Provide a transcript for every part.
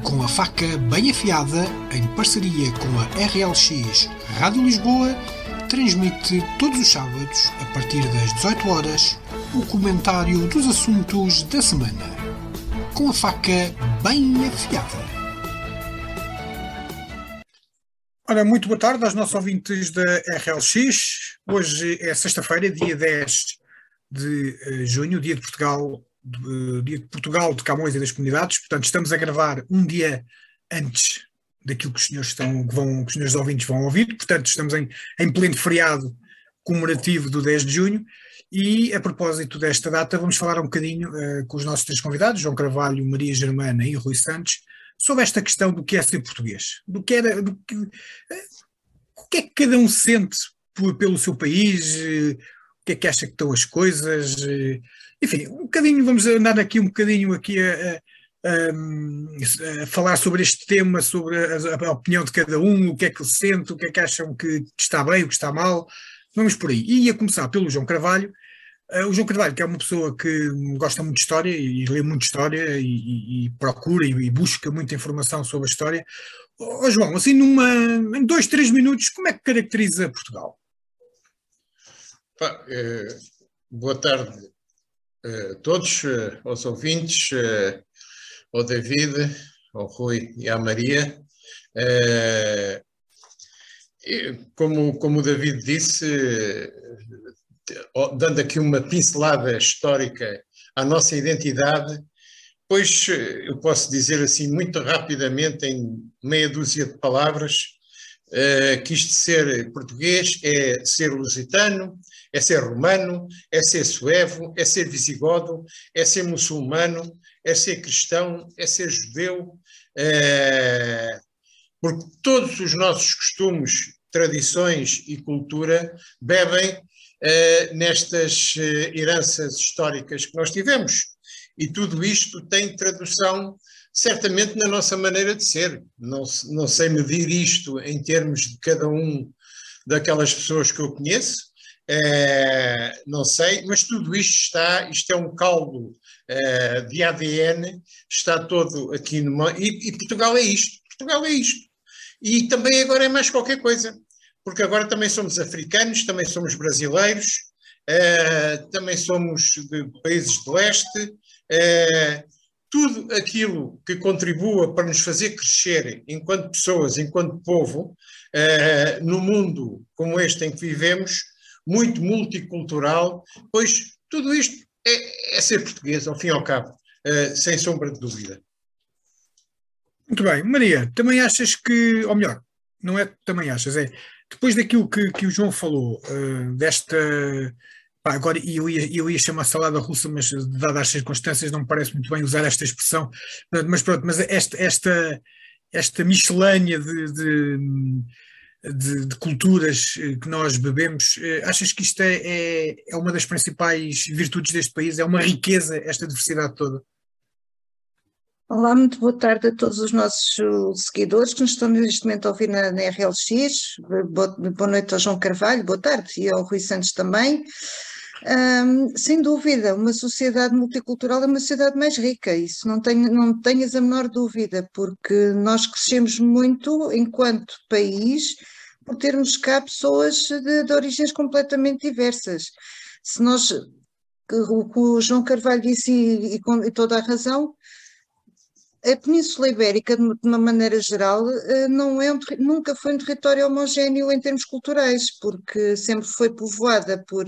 Com a faca bem afiada, em parceria com a RLX Rádio Lisboa, transmite todos os sábados, a partir das 18 horas, o comentário dos assuntos da semana. Com a faca bem afiada. Ora, muito boa tarde aos nossos ouvintes da RLX. Hoje é sexta-feira, dia 10 de junho, dia de Portugal, de Camões e das Comunidades. Portanto, estamos a gravar um dia antes daquilo que os senhores que os senhores ouvintes vão ouvir. Portanto, estamos em pleno feriado comemorativo do 10 de junho. E, a propósito desta data, vamos falar um bocadinho com os nossos três convidados, João Carvalho, Maria Germana e Rui Santos, sobre esta questão do que é ser português. O que é que cada um sente pelo seu país, o que é que acha que estão as coisas, enfim, um bocadinho, vamos andar aqui um bocadinho a falar sobre este tema, sobre a opinião de cada um, o que é que sente, o que é que acham que está bem, o que está mal. Vamos por aí. E ia começar pelo João Carvalho. O João Carvalho, que é uma pessoa que gosta muito de história e lê muito história e procura e busca muita informação sobre a história. João, assim em 2, 3 minutos, como é que caracteriza Portugal? Boa tarde a todos, aos ouvintes, ao David, ao Rui e à Maria. Como o David disse, dando aqui uma pincelada histórica à nossa identidade, pois eu posso dizer assim muito rapidamente, em meia dúzia de palavras, que isto de ser português é ser lusitano, é ser romano, é ser suevo, é ser visigodo, é ser muçulmano, é ser cristão, é ser judeu, porque todos os nossos costumes, tradições e cultura bebem nestas heranças históricas que nós tivemos. E tudo isto tem tradução certamente na nossa maneira de ser. Não sei medir isto em termos de cada um daquelas pessoas que eu conheço, não sei, mas tudo isto é um caldo de ADN, está todo aqui e Portugal é isto, E também agora é mais qualquer coisa, porque agora também somos africanos, também somos brasileiros, também somos de países de leste, tudo aquilo que contribua para nos fazer crescer enquanto pessoas, enquanto povo, no mundo como este em que vivemos, muito multicultural, pois tudo isto é ser português, ao fim e ao cabo, sem sombra de dúvida. Muito bem. Maria, também achas que, ou melhor, não é também achas, depois daquilo que o João falou, desta... agora eu ia chamar salada russa, mas dadas as circunstâncias não me parece muito bem usar esta expressão, mas pronto, mas esta miscelânea de culturas que nós bebemos, achas que isto é uma das principais virtudes deste país? É uma riqueza, esta diversidade toda? Olá, muito boa tarde a todos os nossos seguidores que nos estão neste momento a ouvir na RLX. Boa noite ao João Carvalho, boa tarde, e ao Rui Santos também. Sem dúvida, uma sociedade multicultural é uma sociedade mais rica, isso não tenhas a menor dúvida, porque nós crescemos muito enquanto país por termos cá pessoas de origens completamente diversas. Se nós, o que o João Carvalho disse e com toda a razão, a Península Ibérica, de uma maneira geral, nunca foi um território homogéneo em termos culturais, porque sempre foi povoada por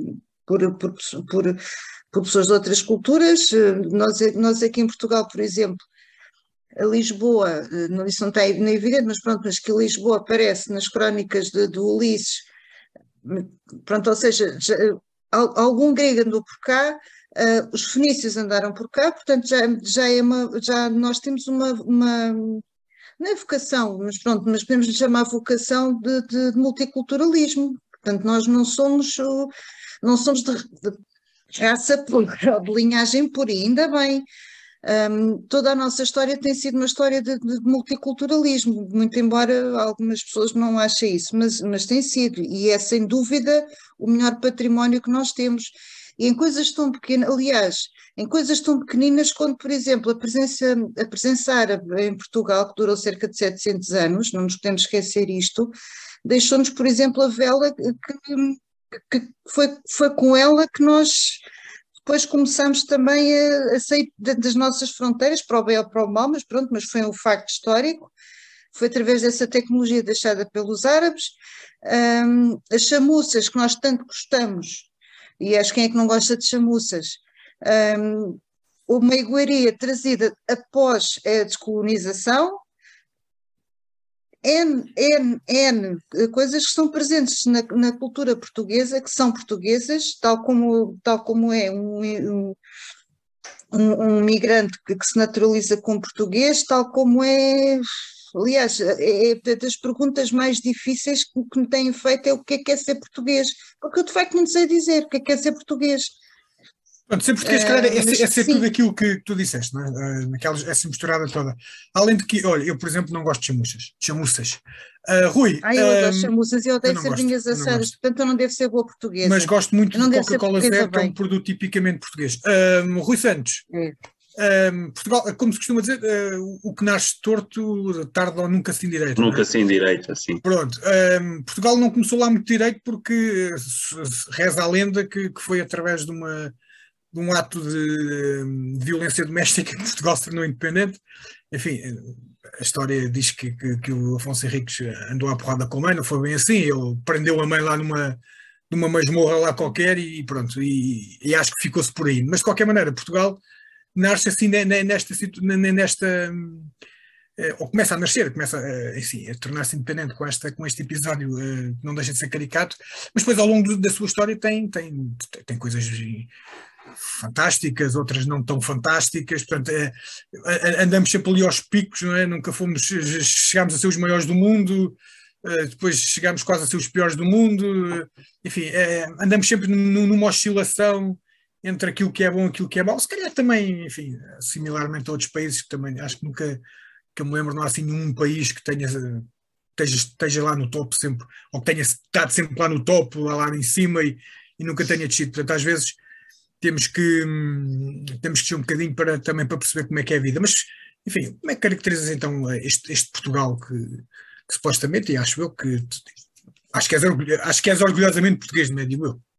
pessoas de outras culturas. Nós aqui em Portugal, por exemplo, a Lisboa, isso não está nem evidente, mas pronto, mas que Lisboa aparece nas crónicas do Ulisses, pronto, ou seja, algum grego andou por cá. Os fenícios andaram por cá, portanto já nós temos uma não é vocação, mas pronto, mas podemos lhe chamar vocação de multiculturalismo. Portanto, nós não somos de raça pura ou de linhagem pura, e ainda bem. Toda a nossa história tem sido uma história de multiculturalismo, muito embora algumas pessoas não achem isso, mas tem sido, e é sem dúvida o melhor património que nós temos. E em coisas tão pequenas, aliás, em coisas tão pequeninas quando, por exemplo, a presença árabe em Portugal, que durou cerca de 700 anos, não nos podemos esquecer isto, deixou-nos, por exemplo, a vela que foi com ela que nós depois começamos também a sair das nossas fronteiras, para o bem ou para o mal, mas pronto, mas foi um facto histórico, foi através dessa tecnologia deixada pelos árabes. As chamuças que nós tanto gostamos, e acho quem é que não gosta de chamuças, uma iguaria trazida após a descolonização, N coisas que estão presentes na cultura portuguesa, que são portuguesas, tal como é um migrante que se naturaliza como português, tal como é. Aliás, é das perguntas mais difíceis que me têm feito é o que é ser português, porque eu de facto não sei dizer o que é ser português. Pronto, ser português, calhar, é ser sim. tudo aquilo que tu disseste, não é? Essa misturada toda. Além de que, olha, eu, por exemplo, não gosto de chamuças. Rui, Eu adoro chamuças e eu odeio não gosto, sardinhas eu não assadas, gosto. portanto eu não devo ser boa Mas portuguesa. gosto muito Eu não de devo ser Coca-Cola portuguesa Zero, que é um bem. produto tipicamente português. Rui Santos, Portugal, como se costuma dizer, o que nasce torto, tarde ou nunca se endireita, não é? Nunca se endireita, sim. Pronto, Portugal não começou lá muito direito porque reza a lenda que foi através de um ato de violência doméstica que Portugal se tornou independente. Enfim, a história diz que o Afonso Henriques andou à porrada com a mãe, não foi bem assim, ele prendeu a mãe lá numa masmorra lá qualquer e pronto, e acho que ficou-se por aí. Mas de qualquer maneira, Portugal nasce assim nesta ou começa a nascer, começa assim, a tornar-se independente com este episódio, que não deixa de ser caricato, mas depois ao longo da sua história tem coisas fantásticas, outras não tão fantásticas, portanto andamos sempre ali aos picos, não é? Nunca chegámos a ser os maiores do mundo, depois chegámos quase a ser os piores do mundo, enfim, andamos sempre numa oscilação entre aquilo que é bom e aquilo que é mau, se calhar também, enfim, similarmente a outros países que também acho que nunca, que eu me lembro, não há assim nenhum país que esteja lá no topo sempre, ou que tenha estado sempre lá no topo, lá em cima e nunca tenha descido, portanto às vezes temos que ser um bocadinho também para perceber como é que é a vida, mas enfim, como é que caracterizas então este Portugal que supostamente, e acho eu que acho que és orgulhosamente português, não é? Digo eu.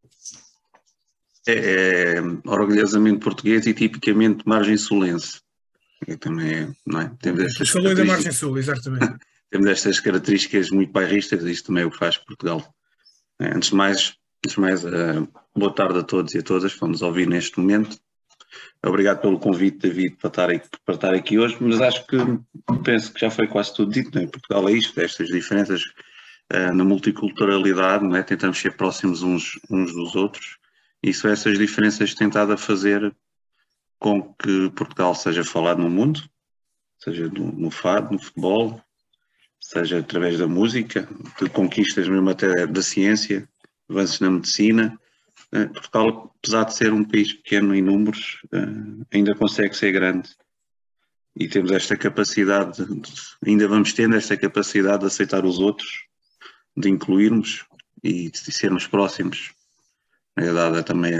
É orgulhosamente português e tipicamente margem-sulense. Também não é? Temos estas Falou da margem sul, exatamente. Temos estas características muito bairristas, isto também é o que faz Portugal. Antes de mais, boa tarde a todos e a todas que vão nos ouvir neste momento. Obrigado pelo convite, David, para estar aqui hoje, mas penso que já foi quase tudo dito, não é? Portugal é isto, estas diferenças na multiculturalidade, não é? Tentamos ser próximos uns dos outros, e são essas diferenças tentado a fazer com que Portugal seja falado no mundo, seja no fado, no futebol, seja através da música, de conquistas mesmo até da ciência, avanços na medicina. Portugal, apesar de ser um país pequeno em números, ainda consegue ser grande. E temos esta capacidade, ainda vamos tendo esta capacidade de aceitar os outros, de incluirmos e de sermos próximos. Dada também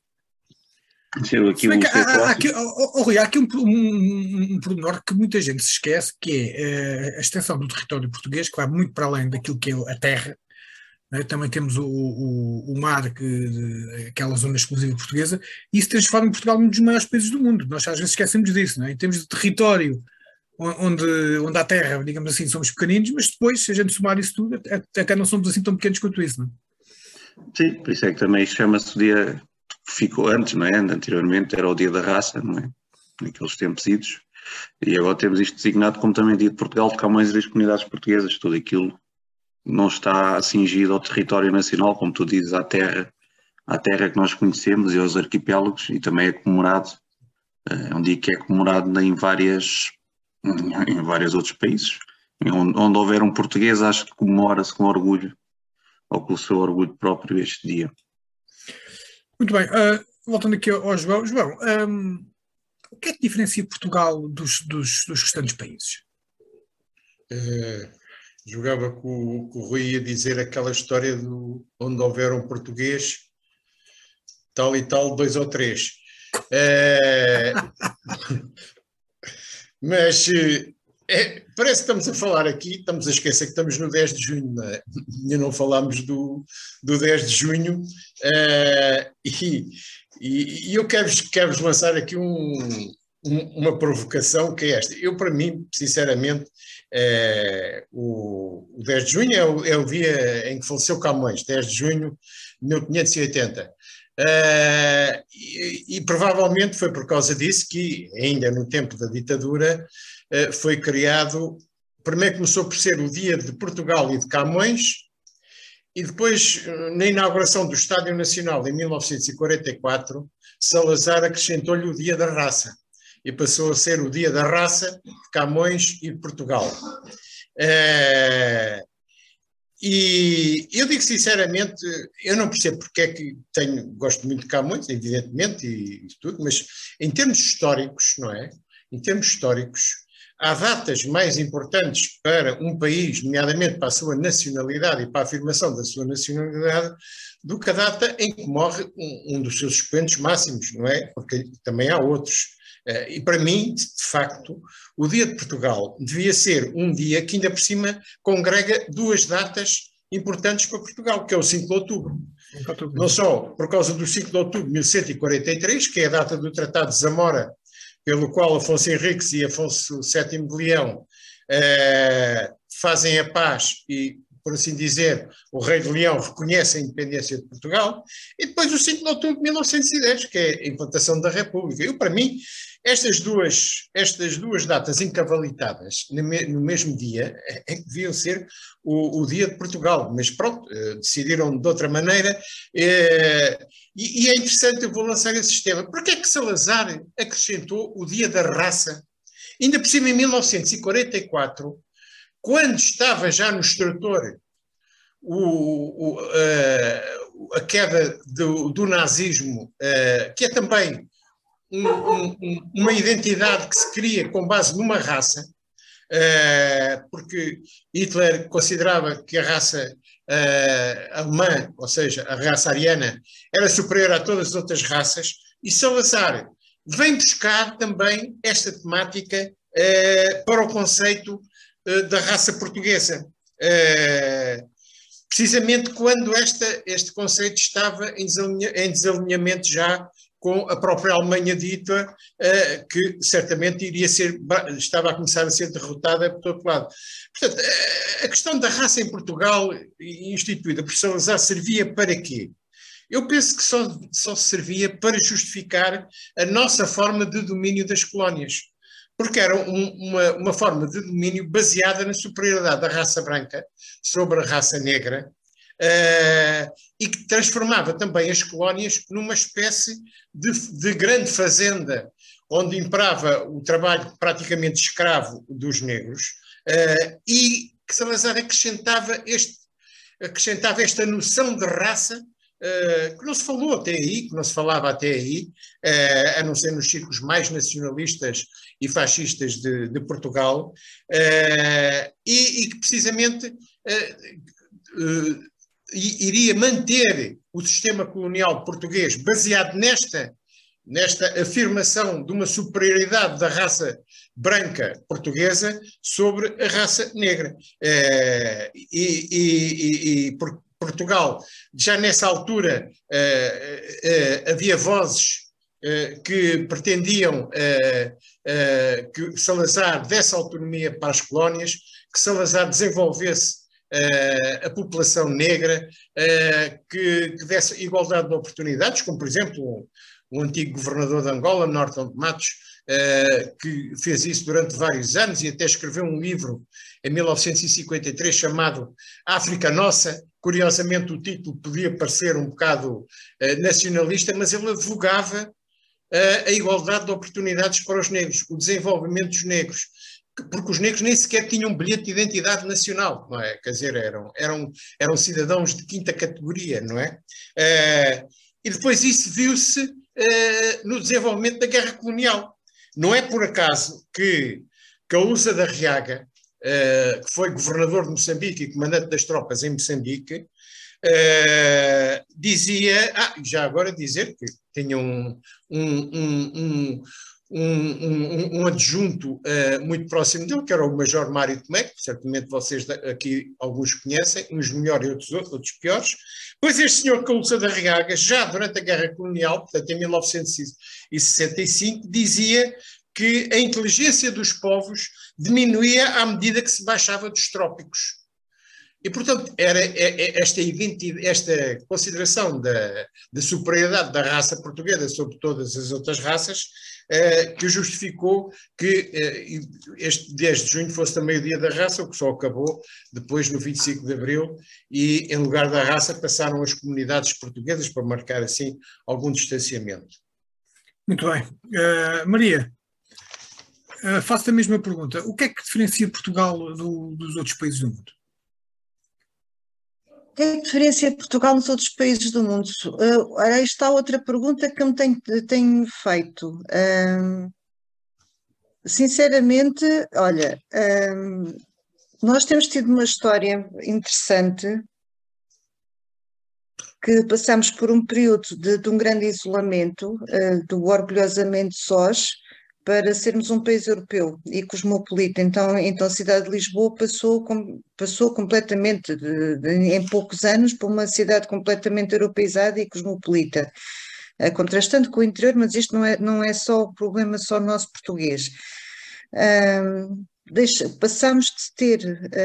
Rui, há aqui um pormenor que muita gente se esquece, que é a extensão do território português, que vai muito para além daquilo que é a terra, né? Também temos o mar, aquela zona exclusiva portuguesa, e isso transforma Portugal num dos maiores países do mundo. Nós às vezes esquecemos disso, não é? Em termos de território, onde há terra, digamos assim, somos pequeninos, mas depois, se a gente somar isso tudo, até não somos assim tão pequenos quanto isso, não é? Sim, por isso é que também chama-se o dia, ficou antes, não é? Anteriormente era o dia da raça, não é? Naqueles tempos idos, e agora temos isto designado como também dia de Portugal, porque há mais das comunidades portuguesas, tudo aquilo não está cingido ao território nacional, como tu dizes, à terra que nós conhecemos e aos arquipélagos, e também é comemorado, é um dia que é comemorado em vários outros países, onde houver um português, acho que comemora-se com orgulho, ou com o seu orgulho próprio este dia. Muito bem, voltando aqui ao João. João, o que é que diferencia Portugal dos restantes países? Jogava que o Rui ia dizer aquela história onde houver um português, tal e tal, 2 ou 3. Mas parece que estamos a falar aqui, estamos a esquecer que estamos no 10 de junho, não é? Ainda não falámos do 10 de junho, e eu quero-vos lançar aqui uma provocação, que é esta. Eu, para mim, sinceramente, o 10 de junho é o dia em que faleceu Camões, 10 de junho de 1580. E provavelmente foi por causa disso que, ainda no tempo da ditadura, foi criado, primeiro começou por ser o dia de Portugal e de Camões, e depois, na inauguração do Estádio Nacional, em 1944, Salazar acrescentou-lhe o dia da raça, e passou a ser o dia da raça de Camões e de Portugal. E eu digo sinceramente, eu não percebo porque é que gosto muito de Camões, evidentemente, e tudo, mas em termos históricos, não é? Em termos históricos, há datas mais importantes para um país, nomeadamente para a sua nacionalidade e para a afirmação da sua nacionalidade, do que a data em que morre um dos seus expoentes máximos, não é? Porque também há outros. E para mim, de facto, o Dia de Portugal devia ser um dia que ainda por cima congrega 2 datas importantes para Portugal, que é o 5 de outubro. Não só por causa do 5 de outubro de 1143, que é a data do Tratado de Zamora, pelo qual Afonso Henriques e Afonso VII de Leão fazem a paz e, por assim dizer, o rei de Leão reconhece a independência de Portugal, e depois o 5 de outubro de 1910, que é a implantação da República. Eu, para mim, estas duas datas encavalitadas no mesmo dia é que deviam ser o dia de Portugal, mas pronto, decidiram de outra maneira, e é interessante, eu vou lançar esse sistema. Por que é que Salazar acrescentou o dia da raça? Ainda por cima, em 1944, quando estava já no extrator a queda do nazismo, que é também uma identidade que se cria com base numa raça, porque Hitler considerava que a raça alemã, ou seja, a raça ariana, era superior a todas as outras raças, e Salazar vem buscar também esta temática para o conceito da raça portuguesa, precisamente quando este conceito estava em desalinhamento já com a própria Alemanha dita, que certamente estava a começar a ser derrotada por todo lado. Portanto, a questão da raça em Portugal, instituída por Salazar, servia para quê? Eu penso que só servia para justificar a nossa forma de domínio das colónias, porque era uma forma de domínio baseada na superioridade da raça branca sobre a raça negra, e que transformava também as colónias numa espécie de grande fazenda, onde imperava o trabalho praticamente escravo dos negros, e que Salazar acrescentava esta noção de raça, que não se falou até aí, que não se falava até aí, a não ser nos círculos mais nacionalistas e fascistas de Portugal, e que precisamente iria manter o sistema colonial português baseado nesta afirmação de uma superioridade da raça branca portuguesa sobre a raça negra. Portugal, já nessa altura, havia vozes que pretendiam que Salazar desse autonomia para as colónias, que Salazar desenvolvesse a população negra, que desse igualdade de oportunidades, como por exemplo o antigo governador de Angola, Norton de Matos, que fez isso durante vários anos e até escreveu um livro em 1953 chamado África Nossa. Curiosamente o título podia parecer um bocado nacionalista, mas ele advogava a igualdade de oportunidades para os negros, o desenvolvimento dos negros, porque os negros nem sequer tinham bilhete de identidade nacional, não é? Quer dizer, eram cidadãos de quinta categoria, não é? E depois isso viu-se no desenvolvimento da guerra colonial. Não é por acaso que Caúsa da Riaga, que foi governador de Moçambique e comandante das tropas em Moçambique, dizia, já agora dizer que tinha um adjunto muito próximo dele, que era o Major Mário Tomé, que certamente vocês aqui alguns conhecem, uns melhores e outros piores. Pois este senhor Caúça da Regaga, já durante a Guerra Colonial, portanto em 1965, dizia que a inteligência dos povos diminuía à medida que se baixava dos trópicos. E, portanto, era esta consideração da superioridade da raça portuguesa sobre todas as outras raças que justificou que este 10 de junho fosse também o dia da raça, o que só acabou depois no 25 de abril, e em lugar da raça passaram as comunidades portuguesas para marcar assim algum distanciamento. Muito bem. Maria, faço a mesma pergunta. O que é que diferencia Portugal dos outros países do mundo? O que é que diferencia Portugal nos outros países do mundo? Aí está outra pergunta que eu me tenho feito. Sinceramente, olha, nós temos tido uma história interessante, que passamos por um período de um grande isolamento, do orgulhosamente sós, para sermos um país europeu e cosmopolita. Então a cidade de Lisboa passou completamente, em poucos anos, para uma cidade completamente europeizada e cosmopolita, contrastando com o interior, mas isto não é só o problema só nosso português. Passamos de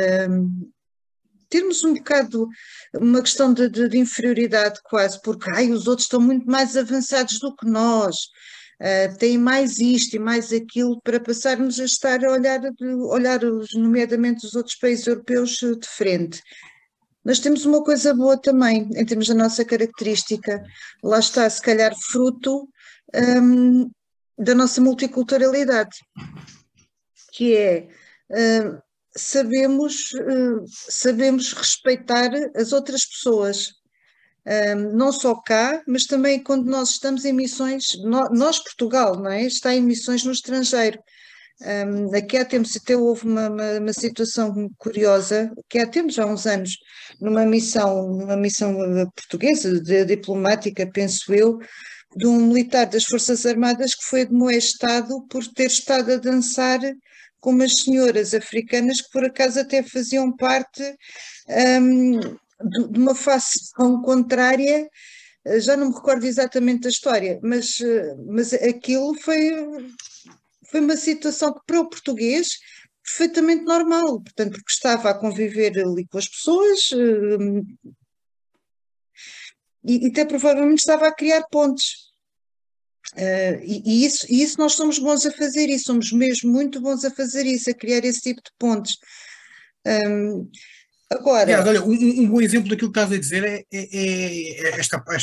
termos um bocado uma questão de inferioridade quase, porque os outros estão muito mais avançados do que nós, têm mais isto e mais aquilo, para passarmos a estar a olhar nomeadamente os outros países europeus de frente. Nós temos uma coisa boa também, em termos da nossa característica, lá está, se calhar fruto da nossa multiculturalidade, que é... sabemos respeitar as outras pessoas, não só cá, mas também quando nós estamos em missões, nós Portugal, não é? Está em missões no estrangeiro. Aqui há tempos até houve uma situação curiosa, que há tempos, já há uns anos, numa missão portuguesa, diplomática, penso eu, de um militar das Forças Armadas que foi admoestado por ter estado a dançar com umas senhoras africanas que por acaso até faziam parte de uma facção contrária, já não me recordo exatamente da história, mas aquilo foi uma situação que para o português perfeitamente normal, portanto, porque estava a conviver ali com as pessoas e até provavelmente estava a criar pontes. E isso nós somos bons a fazer, e somos mesmo muito bons a fazer isso, a criar esse tipo de pontes. Agora... Aliás, olha, um bom exemplo daquilo que estás a dizer é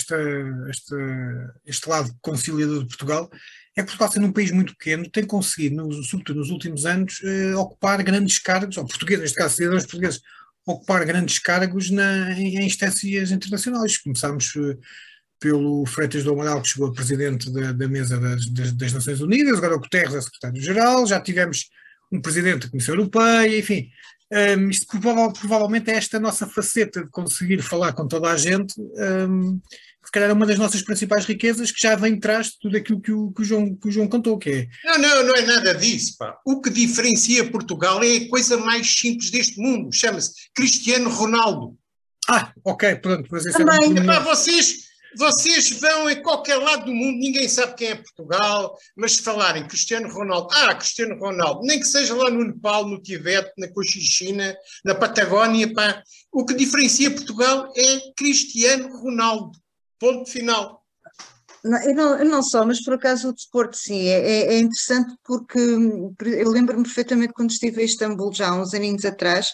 este lado conciliador de Portugal. É que Portugal, sendo um país muito pequeno, tem conseguido, sobretudo nos últimos anos, ocupar grandes cargos, ou portugueses, neste caso, cidadãos portugueses, ocupar grandes cargos em instâncias internacionais. Começámos pelo Freitas do Amaral, que chegou a presidente da mesa das Nações Unidas, agora o Guterres é secretário-geral, já tivemos um presidente da Comissão Europeia, enfim. Isto provavelmente é esta nossa faceta de conseguir falar com toda a gente, se calhar é uma das nossas principais riquezas, que já vem de trás de tudo aquilo que o João cantou, que é... Não é nada disso, pá. O que diferencia Portugal é a coisa mais simples deste mundo, chama-se Cristiano Ronaldo. Ok, pronto, mas isso também. Vocês vão em qualquer lado do mundo, ninguém sabe quem é Portugal, mas se falarem Cristiano Ronaldo, Cristiano Ronaldo, nem que seja lá no Nepal, no Tibete, na Cochinchina, na Patagónia, pá, o que diferencia Portugal é Cristiano Ronaldo, ponto final. Não só, mas por acaso o desporto sim, é interessante porque eu lembro-me perfeitamente quando estive em Istambul já há uns aninhos atrás,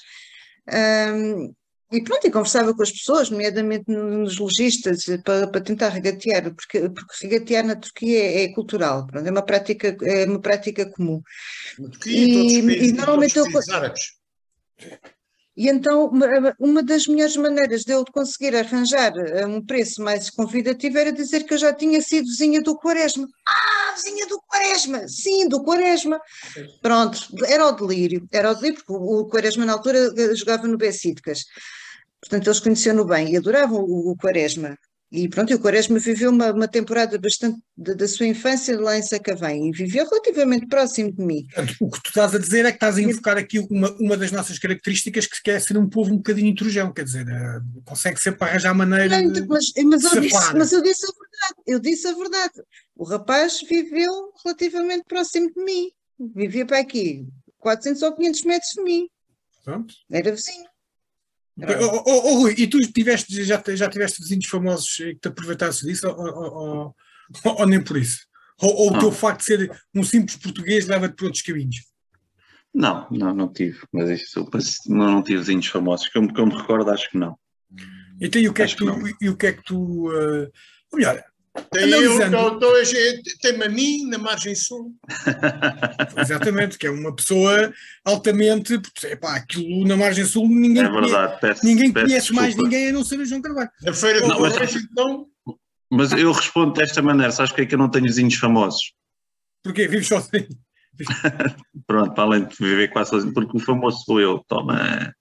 e pronto, e conversava com as pessoas, nomeadamente nos lojistas, para tentar regatear, porque regatear na Turquia é cultural, pronto, é uma prática comum. Na Turquia e todos os países, normalmente todos os países árabes. E então uma das melhores maneiras de eu conseguir arranjar um preço mais convidativo era dizer que eu já tinha sido vizinha do Quaresma. Vizinha do Quaresma! Sim, do Quaresma! Pronto, era o delírio, porque o Quaresma na altura jogava no Besiktas. Portanto, eles conheciam-no bem e adoravam o Quaresma. E pronto, e o Quaresma viveu uma temporada bastante da sua infância lá em Sacavém e viveu relativamente próximo de mim. Portanto, o que tu estás a dizer é que estás a invocar aqui uma das nossas características, que é ser um povo um bocadinho intrusão, quer dizer, consegue sempre arranjar maneira Não, de mas safar. eu disse a verdade, eu disse a verdade. O rapaz viveu relativamente próximo de mim. Vivia para aqui, 400 ou 500 metros de mim. Pronto. Era vizinho. Rui, e tu já tiveste vizinhos famosos que te aproveitasse disso ou nem por isso? Ou o teu facto de ser um simples português leva-te por outros caminhos? Não tive, mas isso, não tive vizinhos famosos, que eu me recordo, acho que não. Então, e o que é que tu ou melhor, tem-me a mim na margem sul. exatamente, que é uma pessoa altamente, porque, epá, aquilo na margem sul ninguém, É verdade, ninguém peço conhece mais desculpa. ninguém a não ser o João Carvalho. Na Feira do Reis, então. Mas eu respondo desta maneira, sabes porque é que eu não tenho vizinhos famosos? Porquê? Vives sozinho. Pronto, para além de viver quase sozinho, porque o famoso sou eu, toma.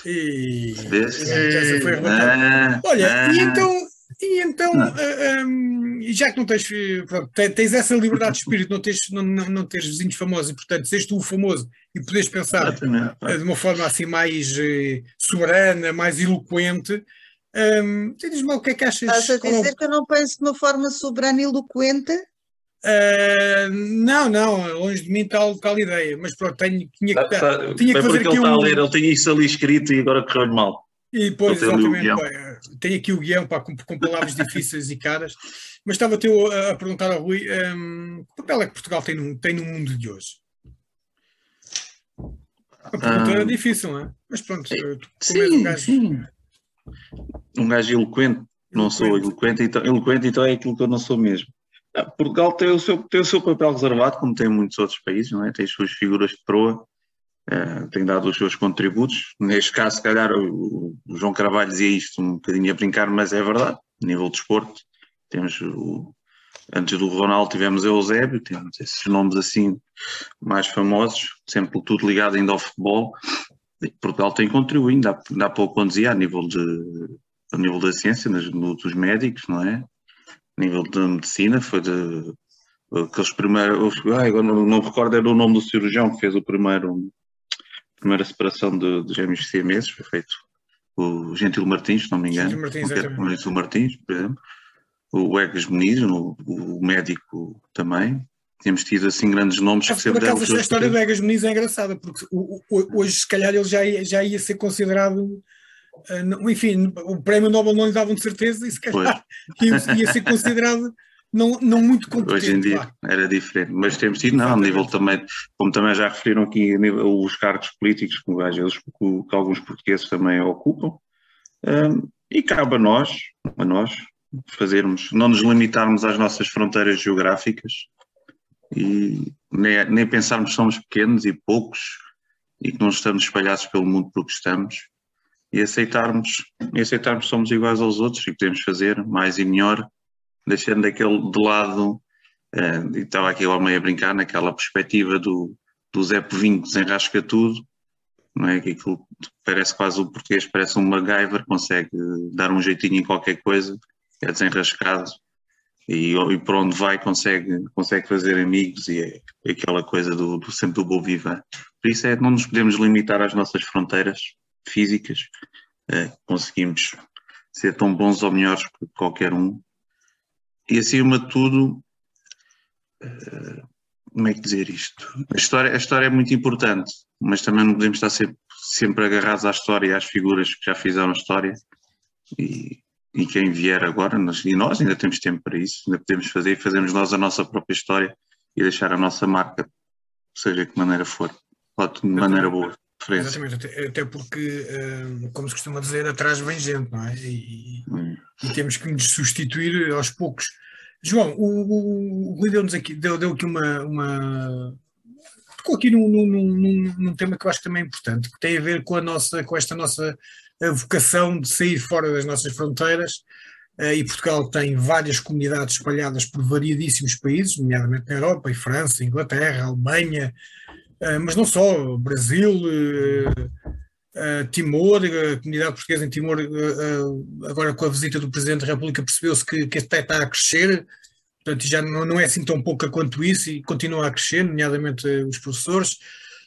Essa foi arrebatada. Olha, e então já que não tens, pronto, tens essa liberdade de espírito, não tens vizinhos famosos e, portanto, seres tu o famoso e poderes pensar de uma forma assim mais soberana, mais eloquente, diz-me lá o que é que achas. Estás a dizer que eu não penso de uma forma soberana e eloquente? Não, longe de mim tal ideia, mas pronto, tinha que fazer aqui ele está a ler, ele tem isso ali escrito e agora correu-lhe mal. E depois, exatamente, tenho aqui o guião com palavras difíceis e caras, mas estava-te a perguntar ao Rui, que papel é que Portugal tem no mundo de hoje? A pergunta era difícil, não é? Mas pronto, tu és um gajo... Sim. Um gajo eloquente, não sou eloquente, então é aquilo que eu não sou mesmo. Portugal tem o seu papel reservado, como tem muitos outros países, não é? Tem as suas figuras de proa, tem dado os seus contributos. Neste caso, se calhar, o João Carvalho dizia isto um bocadinho a brincar, mas é verdade. A nível de desporto, temos antes do Ronaldo tivemos Eusébio, temos esses nomes assim mais famosos, sempre tudo ligado ainda ao futebol. Portugal tem contribuído, dá pouco quando dizia, a nível da ciência, dos médicos, não é? A nível da medicina, foi aqueles primeiros. Agora não me recordo, era o nome do cirurgião que fez a primeira separação de gêmeos siameses, foi feito o Gentil Martins, se não me engano. Gentil Martins, por exemplo. O Egas Muniz, o médico também. Temos tido assim grandes nomes que sempre deram. A história do Egas Muniz é engraçada, porque hoje, se calhar, ele já ia ser considerado. Enfim, o prémio Nobel não lhe davam de certeza e se calhar ia ser considerado não muito competente. Hoje em dia era diferente, mas temos tido, a nível também, como também já referiram aqui, os cargos políticos que alguns portugueses também ocupam, e cabe a nós fazermos, não nos limitarmos às nossas fronteiras geográficas e nem pensarmos que somos pequenos e poucos e que não estamos espalhados pelo mundo porque estamos. E aceitarmos que somos iguais aos outros e que podemos fazer mais e melhor, deixando aquele de lado, e estava aqui lá meio a brincar, naquela perspectiva do Zé Povinho que desenrasca tudo, não é? Que aquilo parece quase o português, parece um MacGyver, consegue dar um jeitinho em qualquer coisa, é desenrascado e por onde vai consegue fazer amigos e é aquela coisa sempre do bom viver. Por isso não nos podemos limitar às nossas fronteiras físicas, conseguimos ser tão bons ou melhores que qualquer um e acima de tudo, como é que dizer isto? A história é muito importante, mas também não podemos estar sempre agarrados à história e às figuras que já fizeram a história e quem vier agora, e nós ainda temos tempo para isso, ainda podemos fazer e fazemos nós a nossa própria história e deixar a nossa marca, seja de que maneira for, ou de maneira boa. Exatamente, até porque, como se costuma dizer, atrás vem gente, não é? E temos que nos substituir aos poucos. João, o Rui deu-nos aqui, deu aqui tocou aqui num tema que eu acho que também é importante, que tem a ver com esta nossa vocação de sair fora das nossas fronteiras, e Portugal tem várias comunidades espalhadas por variadíssimos países, nomeadamente na Europa, e França, Inglaterra, Alemanha, mas não só, Brasil, Timor, a comunidade portuguesa em Timor, agora com a visita do Presidente da República, percebeu-se que até está a crescer, portanto já não é assim tão pouca quanto isso e continua a crescer, nomeadamente os professores.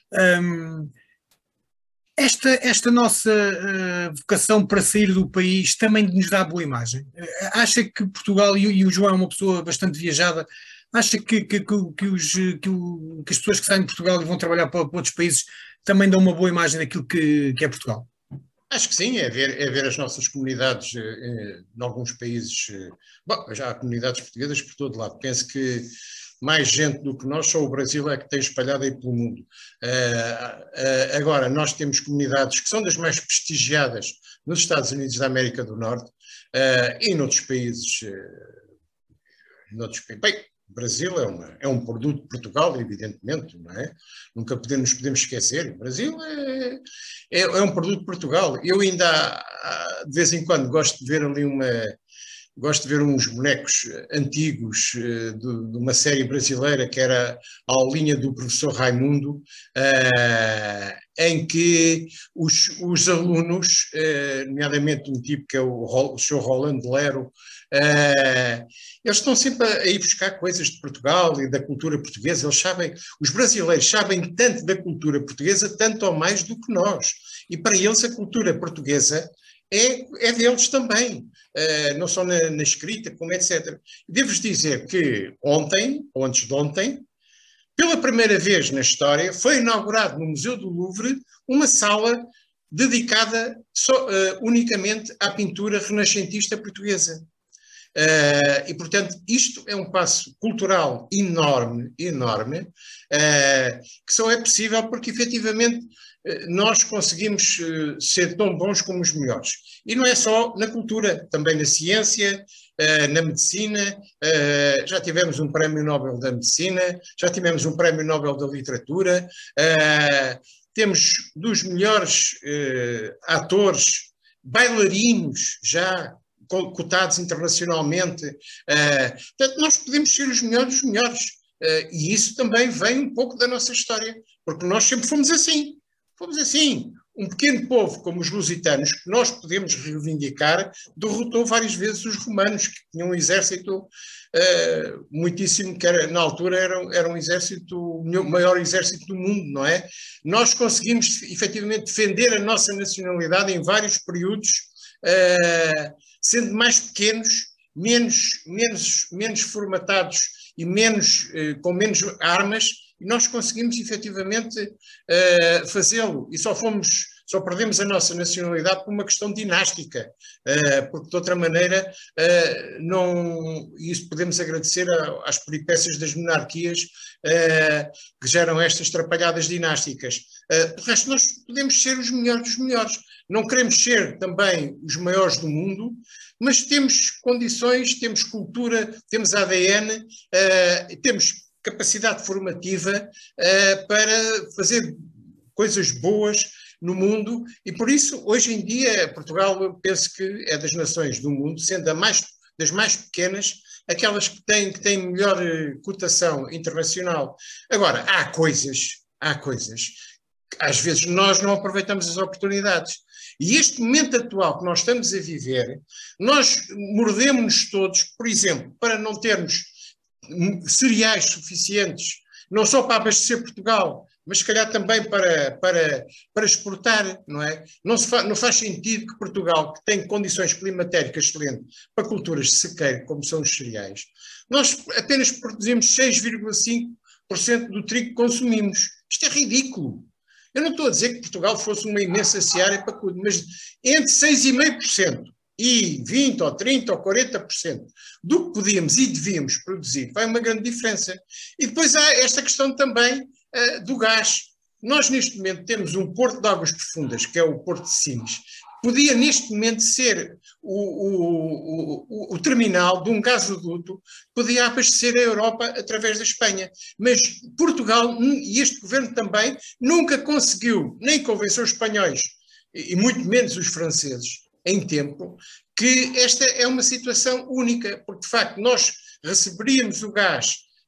Esta nossa vocação para sair do país também nos dá boa imagem. Acha que Portugal, e o João é uma pessoa bastante viajada, acha que as pessoas que saem de Portugal e vão trabalhar para outros países também dão uma boa imagem daquilo que é Portugal? Acho que sim, é ver as nossas comunidades em alguns países. Bom, já há comunidades portuguesas por todo lado. Penso que mais gente do que nós, só o Brasil é que tem espalhado aí pelo mundo. Agora, nós temos comunidades que são das mais prestigiadas nos Estados Unidos da América do Norte e noutros países. Bem, o Brasil é um produto de Portugal, evidentemente, não é? Nunca podemos esquecer. O Brasil é um produto de Portugal. Eu ainda, de vez em quando, gosto de ver uns bonecos antigos de uma série brasileira que era a aulinha do professor Raimundo, em que os alunos, nomeadamente um tipo que é o Sr. Rolando Lero, eles estão sempre a ir buscar coisas de Portugal e da cultura portuguesa. Eles sabem, os brasileiros sabem tanto da cultura portuguesa, tanto ou mais do que nós. E para eles a cultura portuguesa é deles também, não só na escrita, como etc. Devo-vos dizer que ontem, ou antes de ontem, pela primeira vez na história, foi inaugurado no Museu do Louvre uma sala dedicada unicamente à pintura renascentista portuguesa. E, portanto, isto é um passo cultural enorme, enorme, que só é possível porque, efetivamente, nós conseguimos ser tão bons como os melhores. E não é só na cultura, também na ciência, na medicina. Já tivemos um Prémio Nobel da Medicina, já tivemos um Prémio Nobel da Literatura, temos dos melhores atores, bailarinos já cotados internacionalmente. Portanto, nós podemos ser os melhores dos melhores. E isso também vem um pouco da nossa história, porque nós sempre fomos assim. Fomos assim. Um pequeno povo como os lusitanos, que nós podemos reivindicar, derrotou várias vezes os romanos, que tinham um exército muitíssimo, que na altura era um exército, o maior exército do mundo, não é? Nós conseguimos efetivamente defender a nossa nacionalidade em vários períodos, sendo mais pequenos, menos formatados e com menos armas, e nós conseguimos efetivamente fazê-lo, e só perdemos a nossa nacionalidade por uma questão dinástica, porque de outra maneira isso podemos agradecer às peripécias das monarquias que geram estas trapalhadas dinásticas. De resto, nós podemos ser os melhores dos melhores. Não queremos ser também os maiores do mundo, mas temos condições, temos cultura, temos ADN, temos capacidade formativa para fazer coisas boas no mundo, e por isso, hoje em dia, Portugal, eu penso que é das nações do mundo, sendo das mais pequenas, aquelas que têm melhor cotação internacional. Agora, há coisas, às vezes nós não aproveitamos as oportunidades. E este momento atual que nós estamos a viver, nós mordemos-nos todos, por exemplo, para não termos cereais suficientes, não só para abastecer Portugal, mas se calhar também para exportar, não é? Não faz sentido que Portugal, que tem condições climatéricas excelentes para culturas de sequeiro, como são os cereais, nós apenas produzimos 6,5% do trigo que consumimos. Isto é ridículo. Eu não estou a dizer que Portugal fosse uma imensa seara para tudo, mas entre 6,5% e 20% ou 30% ou 40% do que podíamos e devíamos produzir, vai uma grande diferença. E depois há esta questão também do gás. Nós neste momento temos um porto de águas profundas, que é o Porto de Sines, podia neste momento ser o terminal de um gasoduto, podia abastecer a Europa através da Espanha. Mas Portugal, e este governo também, nunca conseguiu, nem convencer os espanhóis, e muito menos os franceses, em tempo, que esta é uma situação única, porque de facto nós receberíamos o gás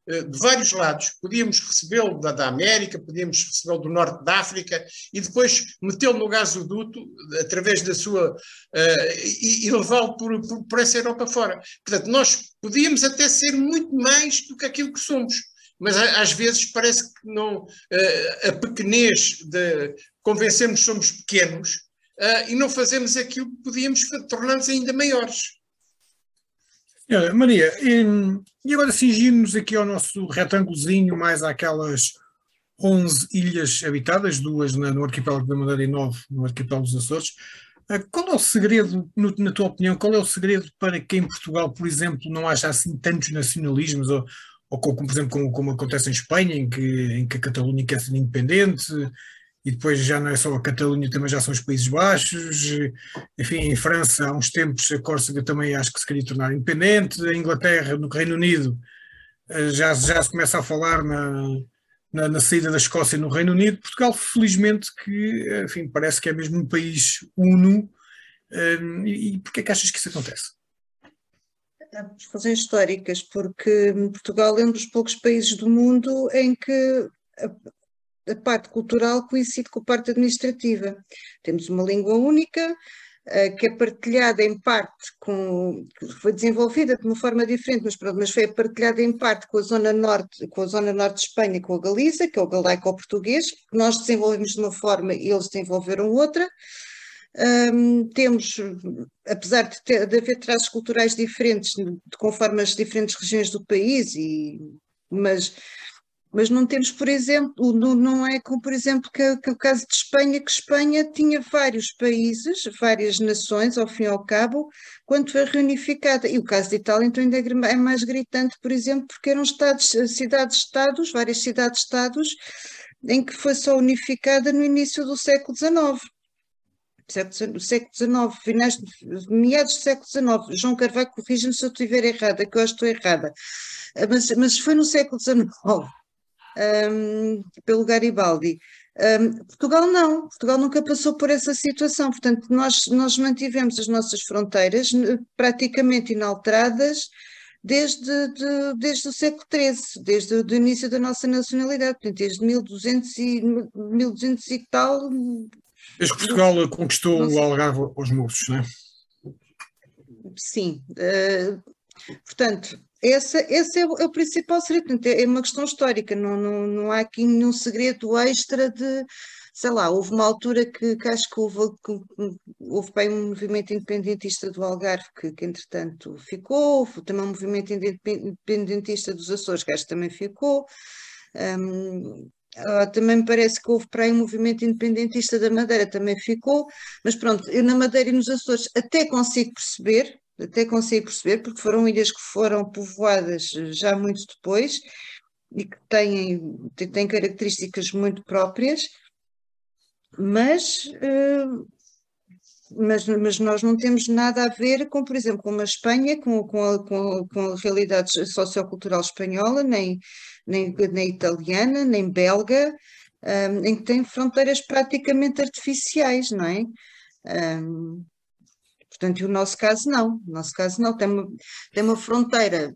de vários lados. Podíamos recebê-lo da América, podíamos recebê-lo do norte da África e depois metê-lo no gasoduto através da sua e levá-lo por essa Europa fora. Portanto, nós podíamos até ser muito mais do que aquilo que somos. Mas às vezes parece que não, a pequenez de convencermos que somos pequenos e não fazemos aquilo que podíamos tornar-nos ainda maiores. Maria, e agora cingir-nos aqui ao nosso retângulozinho, mais àquelas 11 ilhas habitadas, 2 no arquipélago da Madeira e 9 no arquipélago dos Açores. Qual é o segredo, na tua opinião, qual é o segredo para que em Portugal, por exemplo, não haja assim tantos nacionalismos, ou como, por exemplo, como acontece em Espanha, em que a Catalunha quer ser independente, e depois já não é só a Catalunha, também já são os Países Baixos, enfim, em França há uns tempos a Córcega também acho que se queria tornar independente, a Inglaterra, no Reino Unido, já se começa a falar na saída da Escócia no Reino Unido. Portugal, felizmente, que, enfim, parece que é mesmo um país uno, e porquê é que achas que isso acontece? Razões históricas, porque Portugal é um dos poucos países do mundo em que a parte cultural coincide com a parte administrativa. Temos uma língua única, que é partilhada em parte que foi desenvolvida de uma forma diferente, mas foi partilhada em parte com a zona norte de Espanha, com a Galiza, que é o galaico-português, que nós desenvolvemos de uma forma e eles desenvolveram outra. Temos, apesar de haver traços culturais diferentes, conforme as diferentes regiões do país, mas não temos, por exemplo, não é como, por exemplo, que o caso de Espanha, que Espanha tinha vários países, várias nações, ao fim e ao cabo, quando foi reunificada. E o caso de Itália, então, ainda é mais gritante, por exemplo, porque eram cidades-estados, várias cidades-estados, em que foi só unificada no início do século XIX. Do século XIX, meados do século XIX. João Carvalho, corrija-me se eu estiver errada, que eu acho que estou errada. Mas foi no século XIX. Pelo Garibaldi. Portugal nunca passou por essa situação, portanto nós mantivemos as nossas fronteiras praticamente inalteradas desde o século XIII, desde o início da nossa nacionalidade, portanto desde 1200 e tal. Desde que Portugal conquistou o Algarve aos mouros, não é? Sim, portanto esse é o principal segredo, é uma questão histórica, não há aqui nenhum segredo extra de, sei lá, houve uma altura que acho que houve bem um movimento independentista do Algarve que entretanto ficou, houve também um movimento independentista dos Açores que acho que também ficou, também me parece que houve para aí um movimento independentista da Madeira, também ficou, mas pronto, eu na Madeira e nos Açores até consigo perceber, porque foram ilhas que foram povoadas já muito depois e que têm características muito próprias, mas nós não temos nada a ver com, por exemplo, com a Espanha, com a realidade sociocultural espanhola, nem italiana, nem belga, em que tem fronteiras praticamente artificiais, não é? Portanto, e o nosso caso não, tem uma fronteira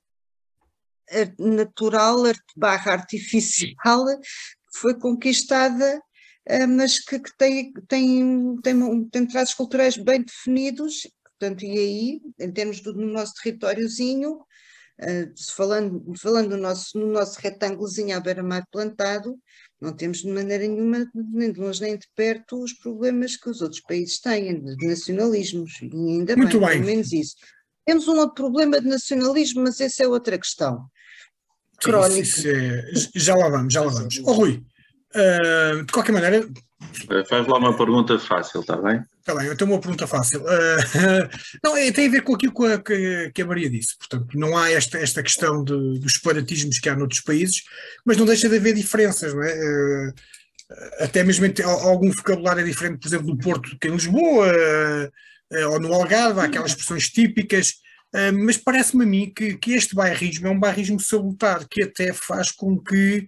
natural / artificial que foi conquistada, mas que tem traços culturais bem definidos, portanto, e aí, em termos do nosso territóriozinho, falando no nosso retângulozinho à beira-mar plantado, não temos de maneira nenhuma, nem de longe nem de perto, os problemas que os outros países têm, de nacionalismos, e ainda Muito bem, bem. pelo menos isso. Temos um outro problema de nacionalismo, mas essa é outra questão. Sim, Crónica. Já lá vamos. Rui, de qualquer maneira... Faz lá uma pergunta fácil, está bem? Está bem, eu tenho uma pergunta fácil. Não, tem a ver com aquilo que a Maria disse. Portanto, não há esta questão dos separatismos que há noutros países, mas não deixa de haver diferenças, não é? Até mesmo algum vocabulário é diferente, por exemplo, no Porto que em Lisboa, ou no Algarve, há aquelas expressões típicas, mas parece-me a mim que este bairrismo é um bairrismo salutar, que até faz com que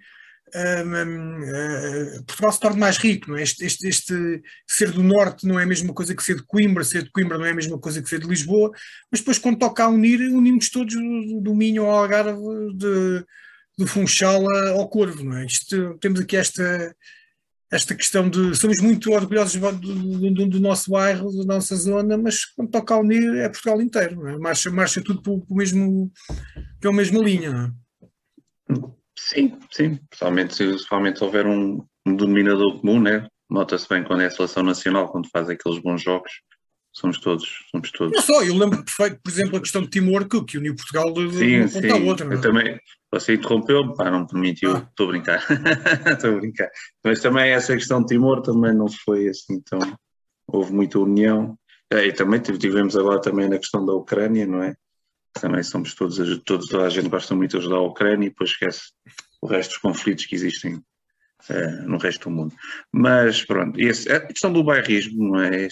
Portugal se torne mais rico, não é? Este ser do Norte não é a mesma coisa que ser de Coimbra não é a mesma coisa que ser de Lisboa, mas depois quando toca a unimos todos do Minho ao Algarve, do Funchal ao Corvo, não é? Temos aqui esta questão de somos muito orgulhosos do nosso bairro, da nossa zona, mas quando toca a unir é Portugal inteiro, não é? Marcha tudo pela mesma linha, não é? Sim, sim, principalmente se houver um denominador comum, né? Nota-se bem quando é a seleção nacional, quando faz aqueles bons jogos, somos todos. Não só, eu lembro perfeito, por exemplo, a questão de Timor, que uniu Portugal de uma ponta à outra, não é? Eu também, você interrompeu-me, não me permitiu, estou a brincar, estou a brincar, mas também essa questão de Timor também não foi assim, então houve muita união, e também tivemos agora também na questão da Ucrânia, não é? Também somos toda a gente gosta muito de ajudar a Ucrânia e depois esquece o resto dos conflitos que existem no resto do mundo. Mas pronto, a questão do bairrismo, não é?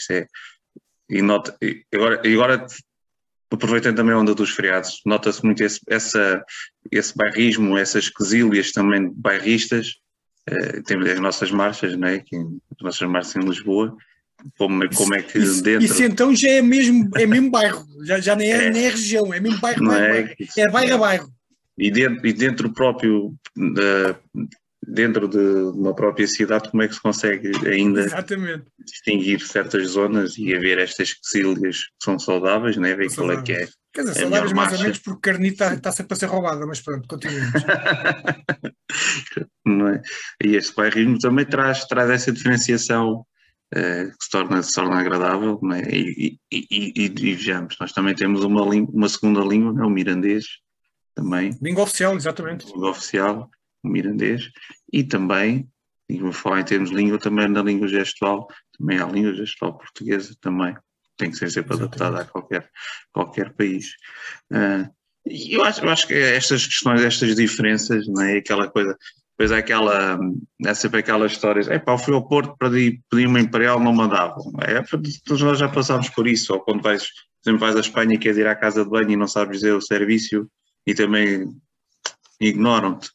Agora, aproveitando também a onda dos feriados, nota-se muito esse bairrismo, essas quesílias também bairristas. Temos as nossas marchas, não é? As nossas marchas em Lisboa. Como é que dentro... Isso então já é mesmo bairro, já nem é região, é mesmo bairro, é bairro a bairro. E dentro próprio, dentro de uma própria cidade, como é que se consegue ainda distinguir certas zonas e haver estas quesílias que são saudáveis, né? Ver qual é que é. Quer dizer, saudáveis mais ou menos porque carnita está sempre a ser roubada, mas pronto, continuamos. Não é? E este bairrismo também traz essa diferenciação que se torna agradável, não é? E vejamos, nós também temos uma segunda língua, não é? O mirandês também. Língua oficial, exatamente. Língua oficial, o mirandês, e também, e vou falar em termos de língua, também na língua gestual, também há a língua gestual portuguesa também, tem que ser sempre adaptada a qualquer país. E eu acho que estas questões, estas diferenças, não é? Aquela coisa, depois é sempre aquelas histórias, eu fui ao Porto para pedir uma Imperial, não mandavam. Todos nós já passámos por isso, ou quando por exemplo, vais à Espanha e queres ir à casa de banho e não sabes dizer o serviço e também ignoram-te.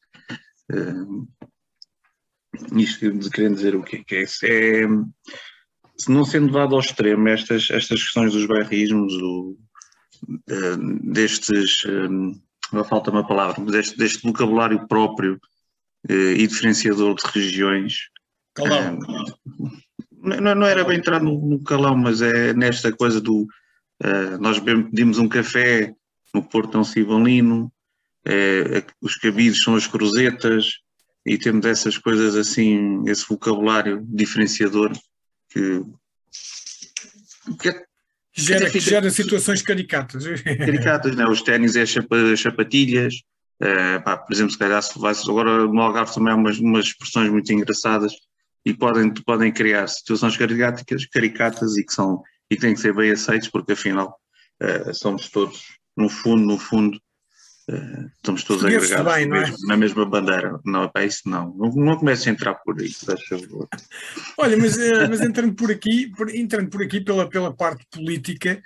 Isto de querer dizer o que é? Se não sendo levado ao extremo estas questões dos bairrismos, falta uma palavra, mas deste vocabulário próprio e diferenciador de regiões. Calão. Não era bem entrar no calão, mas é nesta coisa do nós pedimos um café, no Porto é um cibalino, os cabides são as cruzetas, e temos essas coisas assim, esse vocabulário diferenciador que gera situações caricatas. Caricatas, né? Os ténis é as sapatilhas, por exemplo, se calhar agora no Algarve também há umas expressões muito engraçadas e podem criar situações caricatas e que têm que ser bem aceitos, porque afinal somos todos, no fundo, estamos todos agregados bem, na mesma bandeira. Não, é isso não. Não comece a entrar por aí, faz favor. Olha, mas entrando por aqui pela parte política,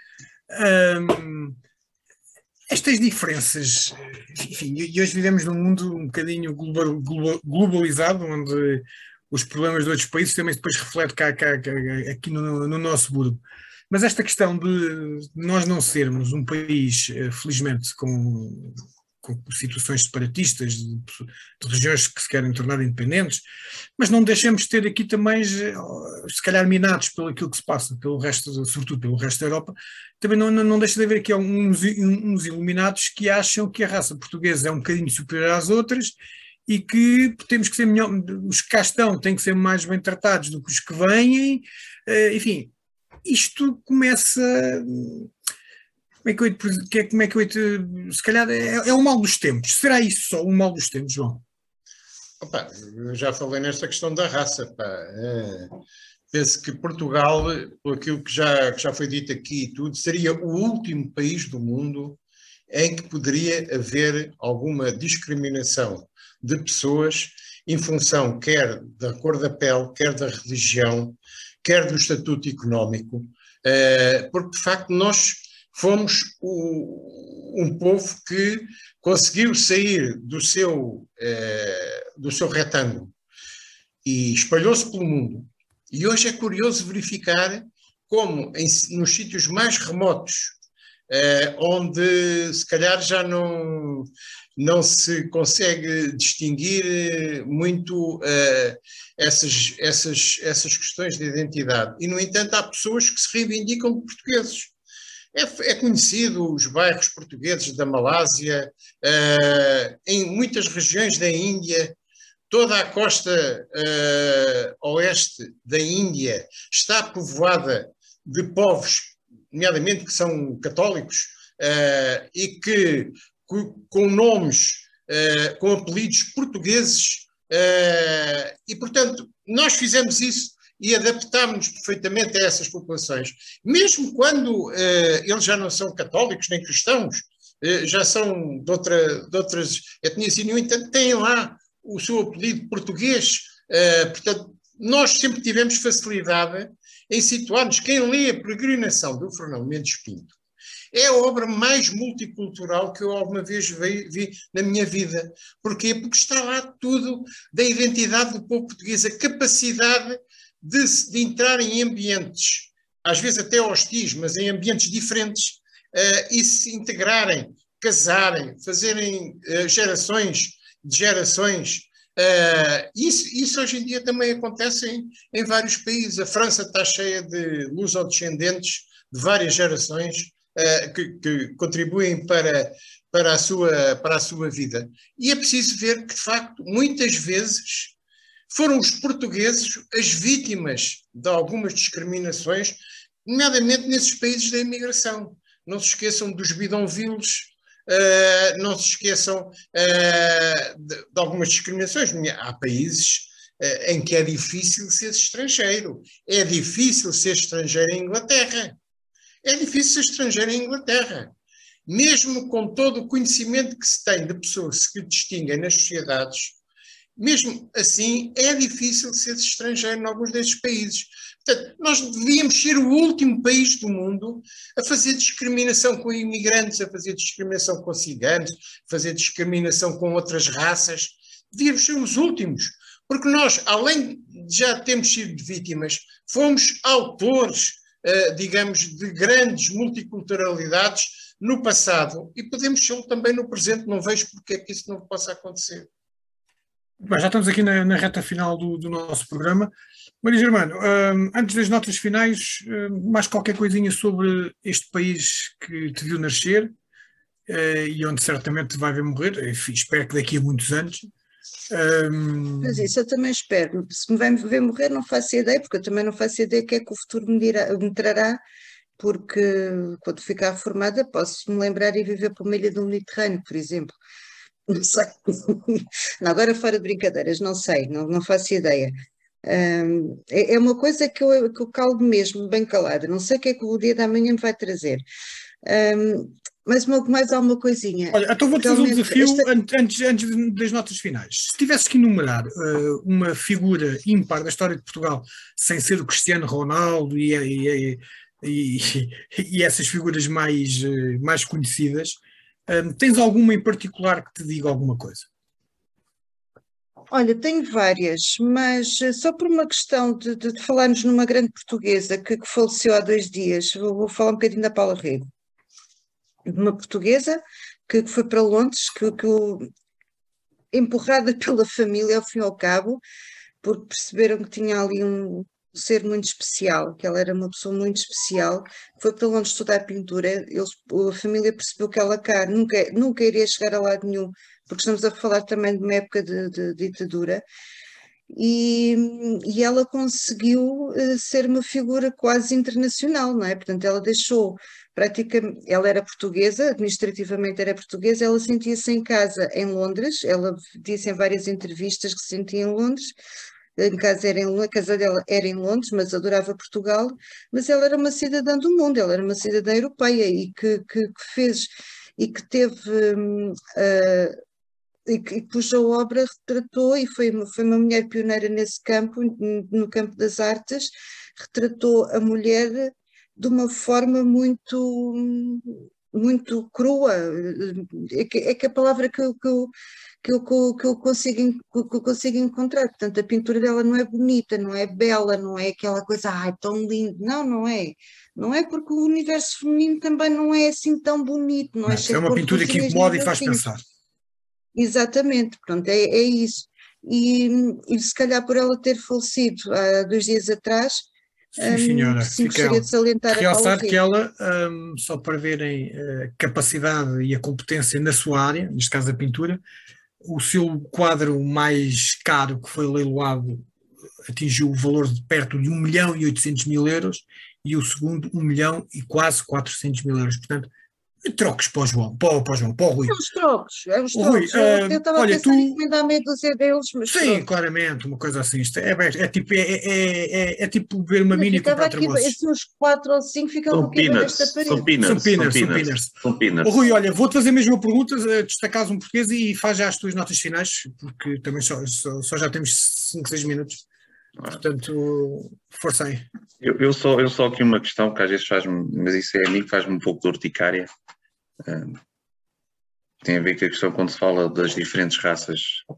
estas diferenças, enfim, e hoje vivemos num mundo um bocadinho globalizado, onde os problemas de outros países também depois refletem cá aqui no nosso burgo. Mas esta questão de nós não sermos um país, felizmente, com situações separatistas, de regiões que se querem tornar independentes, mas não deixamos de ter aqui também, se calhar minados pelo aquilo que se passa, sobretudo pelo resto da Europa, também não deixa de haver aqui uns iluminados que acham que a raça portuguesa é um bocadinho superior às outras e que temos que ser melhor, os que cá estão têm que ser mais bem tratados do que os que vêm, enfim. Isto começa, como é que eu se calhar é o mal dos tempos. Será isso só o mal dos tempos, João? Opa, eu já falei nesta questão da raça, penso que Portugal, por aquilo que já foi dito aqui e tudo, seria o último país do mundo em que poderia haver alguma discriminação de pessoas em função quer da cor da pele, quer da religião, quer do estatuto económico, porque de facto nós fomos um povo que conseguiu sair do seu retângulo e espalhou-se pelo mundo. E hoje é curioso verificar como nos sítios mais remotos onde se calhar já não se consegue distinguir muito essas questões de identidade. E, no entanto, há pessoas que se reivindicam de portugueses. É conhecido os bairros portugueses da Malásia, em muitas regiões da Índia, toda a costa oeste da Índia está povoada de povos, nomeadamente que são católicos, e que com nomes, com apelidos portugueses, e portanto nós fizemos isso e adaptámos-nos perfeitamente a essas populações, mesmo quando eles já não são católicos nem cristãos, já são de outras etnias, e no entanto têm lá o seu apelido português. Portanto, nós sempre tivemos facilidade em situar-nos. Quem lê a Peregrinação do Fernão Mendes Pinto é a obra mais multicultural que eu alguma vez vi na minha vida. Porquê? Porque está lá tudo da identidade do povo português, a capacidade de entrar em ambientes, às vezes até hostis, mas em ambientes diferentes, e se integrarem, casarem, fazerem gerações de gerações. Isso hoje em dia também acontece em vários países. A França está cheia de lusodescendentes de várias gerações que contribuem para a sua vida. E é preciso ver que, de facto, muitas vezes foram os portugueses as vítimas de algumas discriminações, nomeadamente nesses países da imigração. Não se esqueçam dos bidonvilles, não se esqueçam de algumas discriminações. Há países em que é difícil ser estrangeiro. É difícil ser estrangeiro em Inglaterra. É difícil ser estrangeiro em Inglaterra. Mesmo com todo o conhecimento que se tem de pessoas que se distinguem nas sociedades, mesmo assim é difícil ser estrangeiro em alguns desses países. Portanto, nós devíamos ser o último país do mundo a fazer discriminação com imigrantes, a fazer discriminação com ciganos, a fazer discriminação com outras raças. Devíamos ser os últimos, porque nós, além de já termos sido vítimas, fomos autores, digamos, de grandes multiculturalidades no passado e podemos ser também no presente. Não vejo porque é que isso não possa acontecer. Bem, já estamos aqui na reta final do nosso programa. Maria Germano, antes das notas finais, mais qualquer coisinha sobre este país que te viu nascer e onde certamente vai ver morrer, enfim, espero que daqui a muitos anos. Mas isso eu também espero. Se me vai ver morrer, não faço ideia, porque eu também não faço ideia o que é que o futuro me trará, porque quando ficar formada posso me lembrar e viver para uma ilha do Mediterrâneo, por exemplo. Não sei. Não, agora fora de brincadeiras, não sei, não faço ideia. É uma coisa que eu caldo mesmo, bem calada. Não sei o que é que o dia da manhã me vai trazer. Mas mais alguma coisinha. Olha, então vou-te fazer um desafio antes das notas finais. Se tivesse que enumerar uma figura ímpar da história de Portugal, sem ser o Cristiano Ronaldo e essas figuras mais conhecidas, tens alguma em particular que te diga alguma coisa? Olha, tenho várias, mas só por uma questão de falarmos numa grande portuguesa que faleceu há 2 dias, vou falar um bocadinho da Paula Rego. Uma portuguesa que foi para Londres, empurrada pela família ao fim e ao cabo, porque perceberam que tinha ali um ser muito especial, que ela era uma pessoa muito especial, foi para Londres estudar pintura. A família percebeu que ela cá nunca iria chegar a lado nenhum, porque estamos a falar também de uma época de ditadura, e ela conseguiu ser uma figura quase internacional, não é? Portanto, ela deixou praticamente, ela era portuguesa, administrativamente era portuguesa, ela sentia-se em casa em Londres, ela disse em várias entrevistas que se sentia em Londres, a casa dela era em Londres, mas adorava Portugal, mas ela era uma cidadã do mundo, ela era uma cidadã europeia e que fez e que teve e cuja obra retratou, e foi uma mulher pioneira nesse campo, no campo das artes, retratou a mulher de uma forma muito, muito crua. É que a palavra que que eu consigo encontrar. Portanto, a pintura dela não é bonita, não é bela, não é aquela coisa, ai, tão lindo. Não, não é. Não é porque o universo feminino também não é assim tão bonito, não é É cheio de uma pintura que corporações incomoda nem e faz bracinhos. pensar. Exatamente, pronto, é isso. E se calhar por ela ter falecido há 2 dias atrás, Sim, senhora. sim, Fica gostaria de salientar a Paula realçar que Rego. ela, só para verem a capacidade e a competência na sua área, neste caso a pintura, o seu quadro mais caro que foi leiloado atingiu o valor de perto de 1.800.000 euros e o segundo 1 milhão e quase 400 mil euros. Portanto, troques para o João, para o Rui. É os O Rui, trocos. Eu estava a olha, pensar em tu, encomendar meia dúzia deles, mas sim, pronto. claramente, uma coisa assim. Isto é tipo ver uma Olha, mini e ficava comprar aqui, termossos. assim, uns 4 ou 5 ficavam São aqui bem nesta peanuts, são parede. São peanuts, são pinners, são peanuts, pinners. são Ô, Rui, peanuts. olha, vou-te fazer a mesma pergunta, destacares um português e faz já as tuas notas finais, porque também só já temos 5, 6 minutos. Portanto, força aí. Eu só aqui uma questão que às vezes faz-me, mas isso é a mim que faz-me um pouco de urticária. Tem a ver com a questão quando se fala das diferentes raças.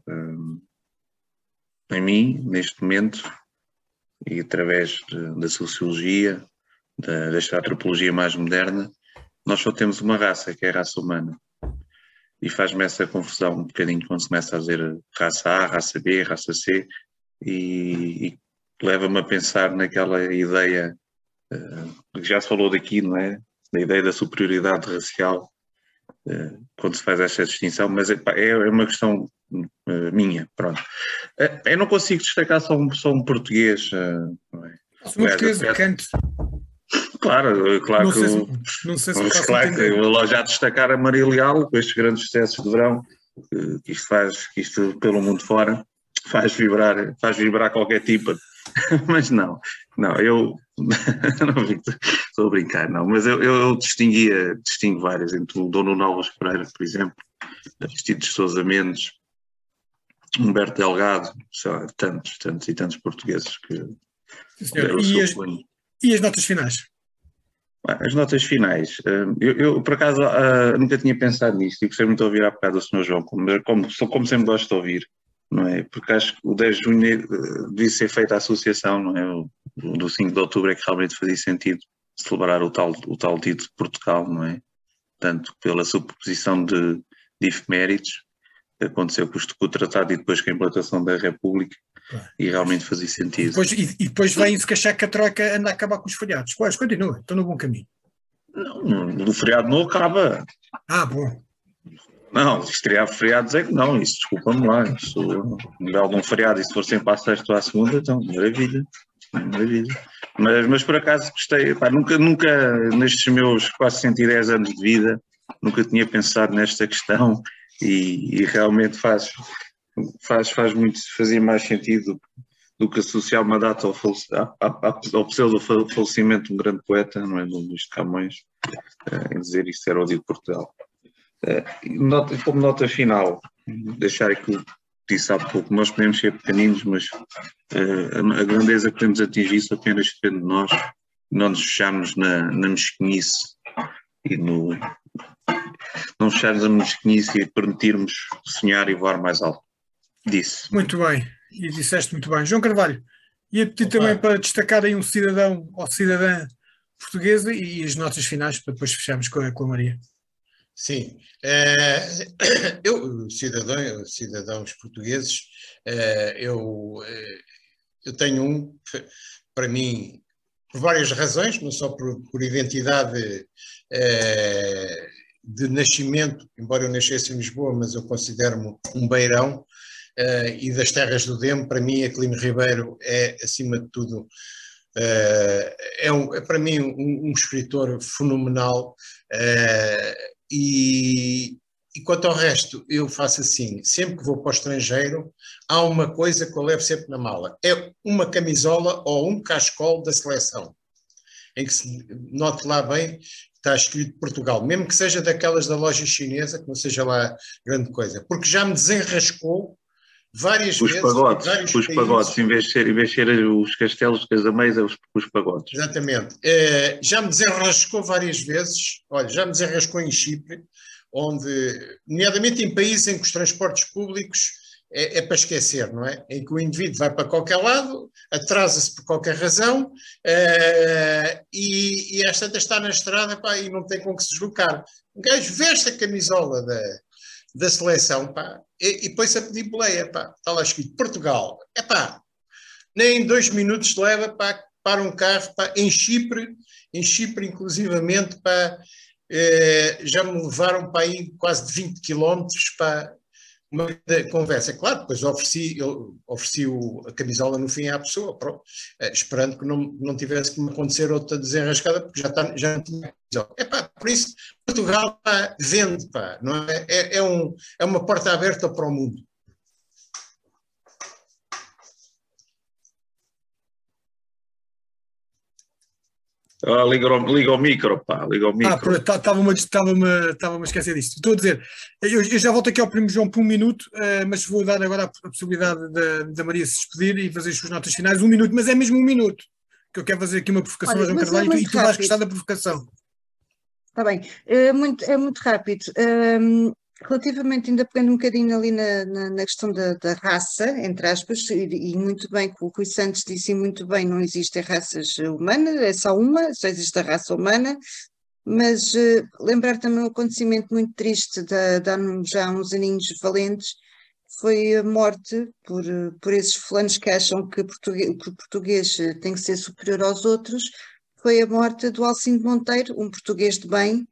Em mim, neste momento, e através da sociologia, desta antropologia mais moderna, nós só temos uma raça, que é a raça humana. E faz-me essa confusão um bocadinho quando se começa a dizer raça A, raça B, raça C, e leva-me a pensar naquela ideia que já se falou daqui, não é? Da ideia da superioridade racial, quando se faz esta distinção, mas é uma questão minha, pronto. Eu não consigo destacar só um português. Não é? Sou português, canto. Claro Não que não sei se me faço claro que entender. eu vou já destacar a Maria Leal com estes grandes sucessos de verão, que isto pelo mundo fora faz vibrar qualquer tipo, mas não, eu não estou a brincar, não, mas eu distingo várias, entre o Dom Alves Pereira, por exemplo, Aristides Sousa Mendes, Humberto Delgado, sei lá, tantos e tantos portugueses que deram o seu cunho. E as notas finais? As notas finais, eu por acaso nunca tinha pensado nisto e gostei muito de ouvir há bocado o Sr. João, como sempre gosto de ouvir, não é? Porque acho que o 10 de junho devia ser feita a associação, não é? O do 5 de outubro é que realmente fazia sentido celebrar o tal dito de Portugal, não é? Tanto pela superposição de efemérides que aconteceu com o tratado e depois com a implantação da República, e realmente fazia sentido. E depois vem-se queixar que a Troika anda a acabar com os feriados. Pois, continua, estão no bom caminho. Não, o feriado não acaba. Bom. Não, estrear feriados é que não, isso desculpa-me lá. Isso, no nível de um feriado, e se for sempre à sexta ou à segunda, então, maravilha. Mas por acaso gostei, nunca nestes meus quase 110 anos de vida, nunca tinha pensado nesta questão e realmente fazia mais sentido do que associar uma data ao pseudo-falecimento de um grande poeta, não é, do Luís de Camões, em dizer isto era o dia de Portugal. Como nota final, deixar aquilo que disse há pouco, nós podemos ser pequeninos, mas a grandeza que podemos atingir só apenas depende de nós, não nos fecharmos na mesquinice e não fecharmos a mesquinice e permitirmos sonhar e voar mais alto. Disse. Muito bem, e disseste muito bem. João Carvalho, ia pedir também para destacar aí um cidadão ou cidadã portuguesa e as notas finais para depois fecharmos com a Maria. Sim, cidadãos portugueses, eu tenho para mim, por várias razões, não só por identidade de nascimento, embora eu nascesse em Lisboa, mas eu considero-me um beirão, e das terras do Demo, para mim, Aquilino Ribeiro é, acima de tudo, para mim um escritor fenomenal, e quanto ao resto, eu faço assim, sempre que vou para o estrangeiro, há uma coisa que eu levo sempre na mala, é uma camisola ou um cascol da seleção, em que se note lá bem, está escrito Portugal, mesmo que seja daquelas da loja chinesa, que não seja lá grande coisa, porque já me desenrascou várias vezes. Os pagodes, em vez de ser os castelos de Casameias, os pagodes. Exatamente. Já me desenrascou várias vezes, olha, já me desenrascou em Chipre, onde, nomeadamente em países em que os transportes públicos é para esquecer, não é? Em que o indivíduo vai para qualquer lado, atrasa-se por qualquer razão e às tantas está na estrada, pá, e não tem com que se deslocar. Um gajo veste a camisola da seleção, pá, e põe-se a pedir boleia, pá, está lá escrito Portugal. É pá, nem em 2 minutos leva, pá, para um carro, pá, em Chipre inclusivamente, pá, já me levaram para aí quase de 20 quilómetros, pá, uma conversa. Claro, depois ofereci a camisola no fim à pessoa, pronto, esperando que não tivesse que me acontecer outra desenrascada, porque já não tinha camisola. É pá, por isso Portugal, pá, vende, pá, não é? É uma porta aberta para o mundo. Liga o micro, pá, liga o micro. Estava-me a esquecer disto. Estou a dizer, eu já volto aqui ao Primo João por 1 minuto, mas vou dar agora a possibilidade da Maria se despedir e fazer as suas notas finais. 1 minuto, mas é mesmo 1 minuto, que eu quero fazer aqui uma provocação a João Carvalho e tu vais gostar da provocação. Está bem, é muito rápido. Relativamente, ainda pegando um bocadinho ali na questão da raça, entre aspas, e muito bem, que o Rui Santos disse muito bem, não existem raças humanas, é só uma, só existe a raça humana, mas lembrar também um acontecimento muito triste já há uns aninhos valentes, foi a morte por esses fulanos que acham que o português tem que ser superior aos outros, foi a morte do Alcindo Monteiro, um português de bem,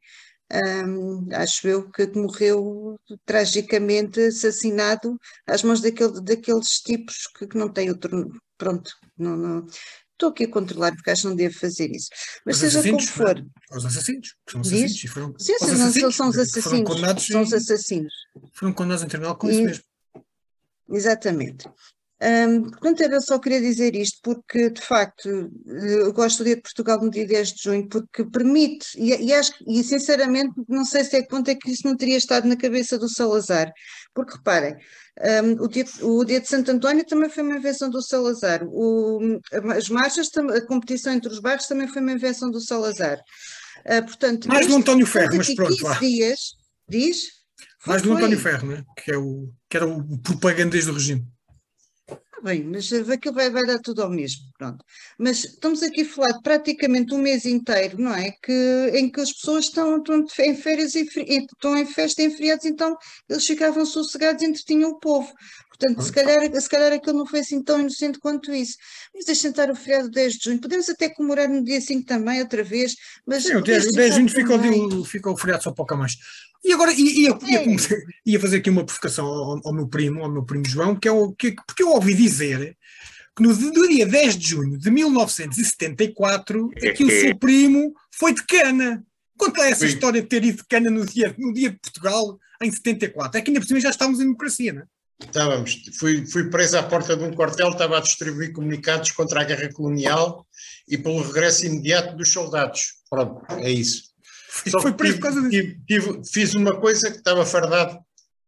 acho eu, que morreu tragicamente assassinado às mãos daqueles tipos que não têm outro. Pronto, não estou aqui a controlar porque acho que não devo fazer isso. Mas seja como for. Os assassinos, são assassinos. E foram, sim, são os assassinos. São os assassinos. Foram condenados em tribunal com isso mesmo. Exatamente. Portanto, eu só queria dizer isto porque, de facto, eu gosto do Dia de Portugal no dia 10 de junho porque permite, e sinceramente não sei se é que ponto é que isso não teria estado na cabeça do Salazar, porque reparem, o dia de Santo António também foi uma invenção do Salazar, as marchas, a competição entre os bairros também foi uma invenção do Salazar. Portanto, mais do António Ferro, mas pronto, 15 dias, diz? Mais do António Ferro, né? Que era o propagandês do regime. Bem, mas aquilo vai dar tudo ao mesmo, pronto. Mas estamos aqui a falar de praticamente um mês inteiro, não é? Em que as pessoas estão em férias estão em festa, em feriados, então eles ficavam sossegados e entretinham o povo. Portanto, se calhar aquilo não foi assim tão inocente quanto isso. Mas deixem estar o feriado 10 de junho. Podemos até comemorar no dia 5 também, outra vez. Mas sim, o 10 de junho fica o feriado só pouco a mais. E agora ia fazer aqui uma provocação ao meu primo João, porque eu ouvi dizer que no dia 10 de junho de 1974 que o seu primo foi de cana. Conta lá essa história de ter ido de cana no dia de Portugal em 74. É que ainda por cima já estávamos em democracia, não é? Estávamos. Fui preso à porta de um quartel, estava a distribuir comunicados contra a guerra colonial e pelo regresso imediato dos soldados. Pronto, é isso. Foi preso por causa disso. Fiz uma coisa que estava fardado,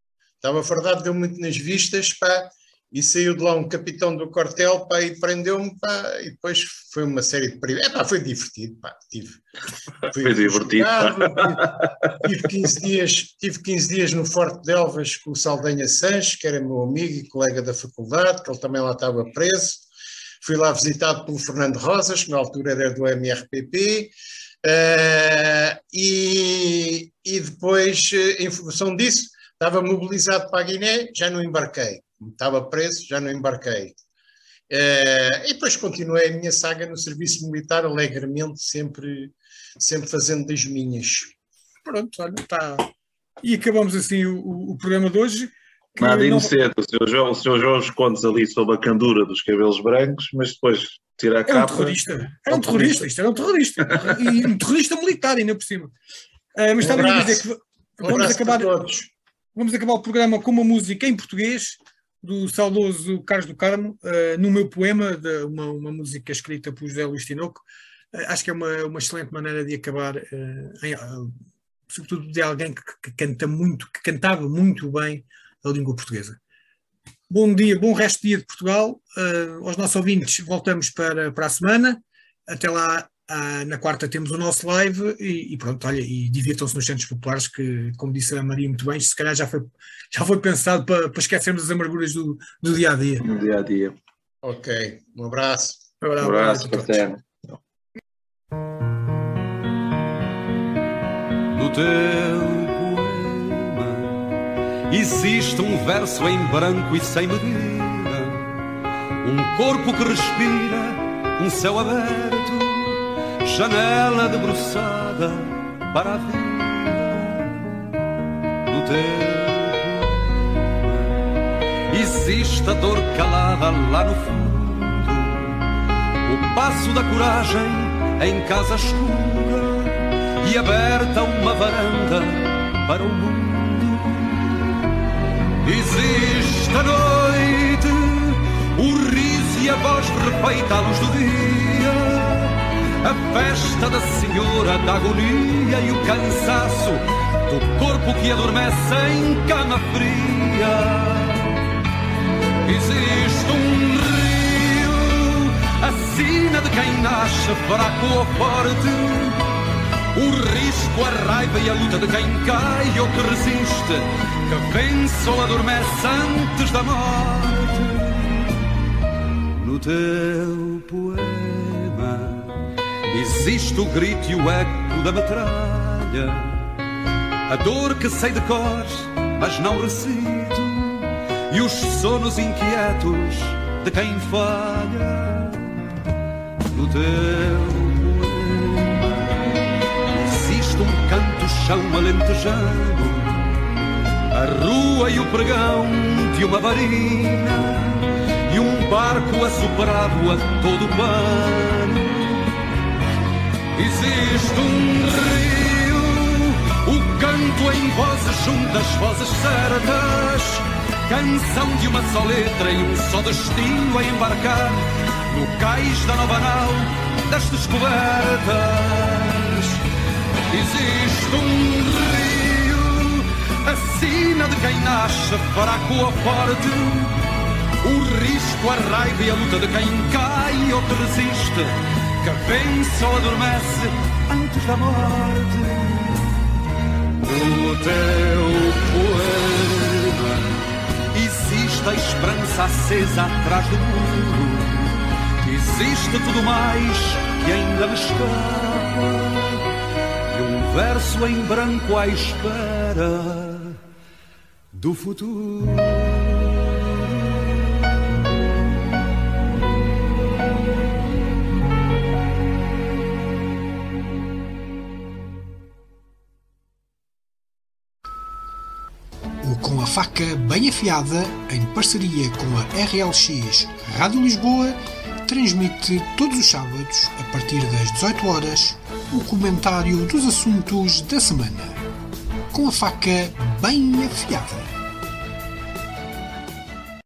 deu muito nas vistas, pá, e saiu de lá um capitão do quartel, pá, e prendeu-me, pá, e depois foi uma série de perigos. Foi divertido, pá, foi divertido. Tive 15 dias no Forte de Elvas com o Saldanha Sanches, que era meu amigo e colega da faculdade, que ele também lá estava preso. Fui lá visitado pelo Fernando Rosas, que na altura era do MRPP, e depois, em função disso, estava mobilizado para a Guiné, já não embarquei. Estava preso, já não embarquei. E depois continuei a minha saga no serviço militar, alegremente, sempre fazendo das minhas. Pronto, olha, está. E acabamos assim o programa de hoje. Nada inocente, o Sr. João esconde ali sob a candura dos cabelos brancos, mas depois tira a capa. Era um terrorista. E um terrorista militar, ainda por cima. Mas estava a dizer que vamos acabar o programa com uma música em português do saudoso Carlos do Carmo, no meu poema, uma música escrita por José Luís Tinoco. Acho que é uma excelente maneira de acabar, sobretudo de alguém que cantava muito bem a língua portuguesa. Bom dia, bom resto de dia de Portugal. Aos nossos ouvintes, voltamos para a semana. Até lá, Na quarta temos o nosso live e pronto, olha, e divirtam-se nos centros populares que, como disse a Maria muito bem, se calhar já foi pensado para esquecermos as amarguras do dia-a-dia. No dia-a-dia. Ok, um abraço. Um abraço, fraterno. No teu poema existe um verso em branco e sem medida, um corpo que respira, um céu aberto, janela debruçada para a vida. No teu poema existe a dor calada lá no fundo, o passo da coragem em casa escura e aberta uma varanda para o mundo. Existe a noite, o riso e a voz refeita à luz do dia, a festa da senhora da agonia e o cansaço do corpo que adormece em cama fria. Existe um rio, a sina de quem nasce fraco ou forte, o risco, a raiva e a luta de quem cai ou que resiste, que vence ou adormece antes da morte. No teu poema existe o grito e o eco da metralha, a dor que sei de cor, mas não recito, e os sonos inquietos de quem falha. No teu um canto-chão alentejano, a rua e o pregão de uma varina e um barco assoprado a todo pano. Existe um rio, o canto em vozes juntas, vozes certas, canção de uma só letra e um só destino a embarcar no cais da nova nau das descobertas. Existe um rio, a sina de quem nasce fraco ou forte, o risco, a raiva e a luta de quem cai ou que resiste, que vence ou adormece antes da morte. No teu poema existe a esperança acesa atrás do muro, existe tudo mais que ainda me escapa, um verso em branco à espera do futuro. O Com a Faca Bem Afiada, em parceria com a RLX Rádio Lisboa, transmite todos os sábados, a partir das 18 horas, o comentário dos assuntos da semana, com a faca bem afiada.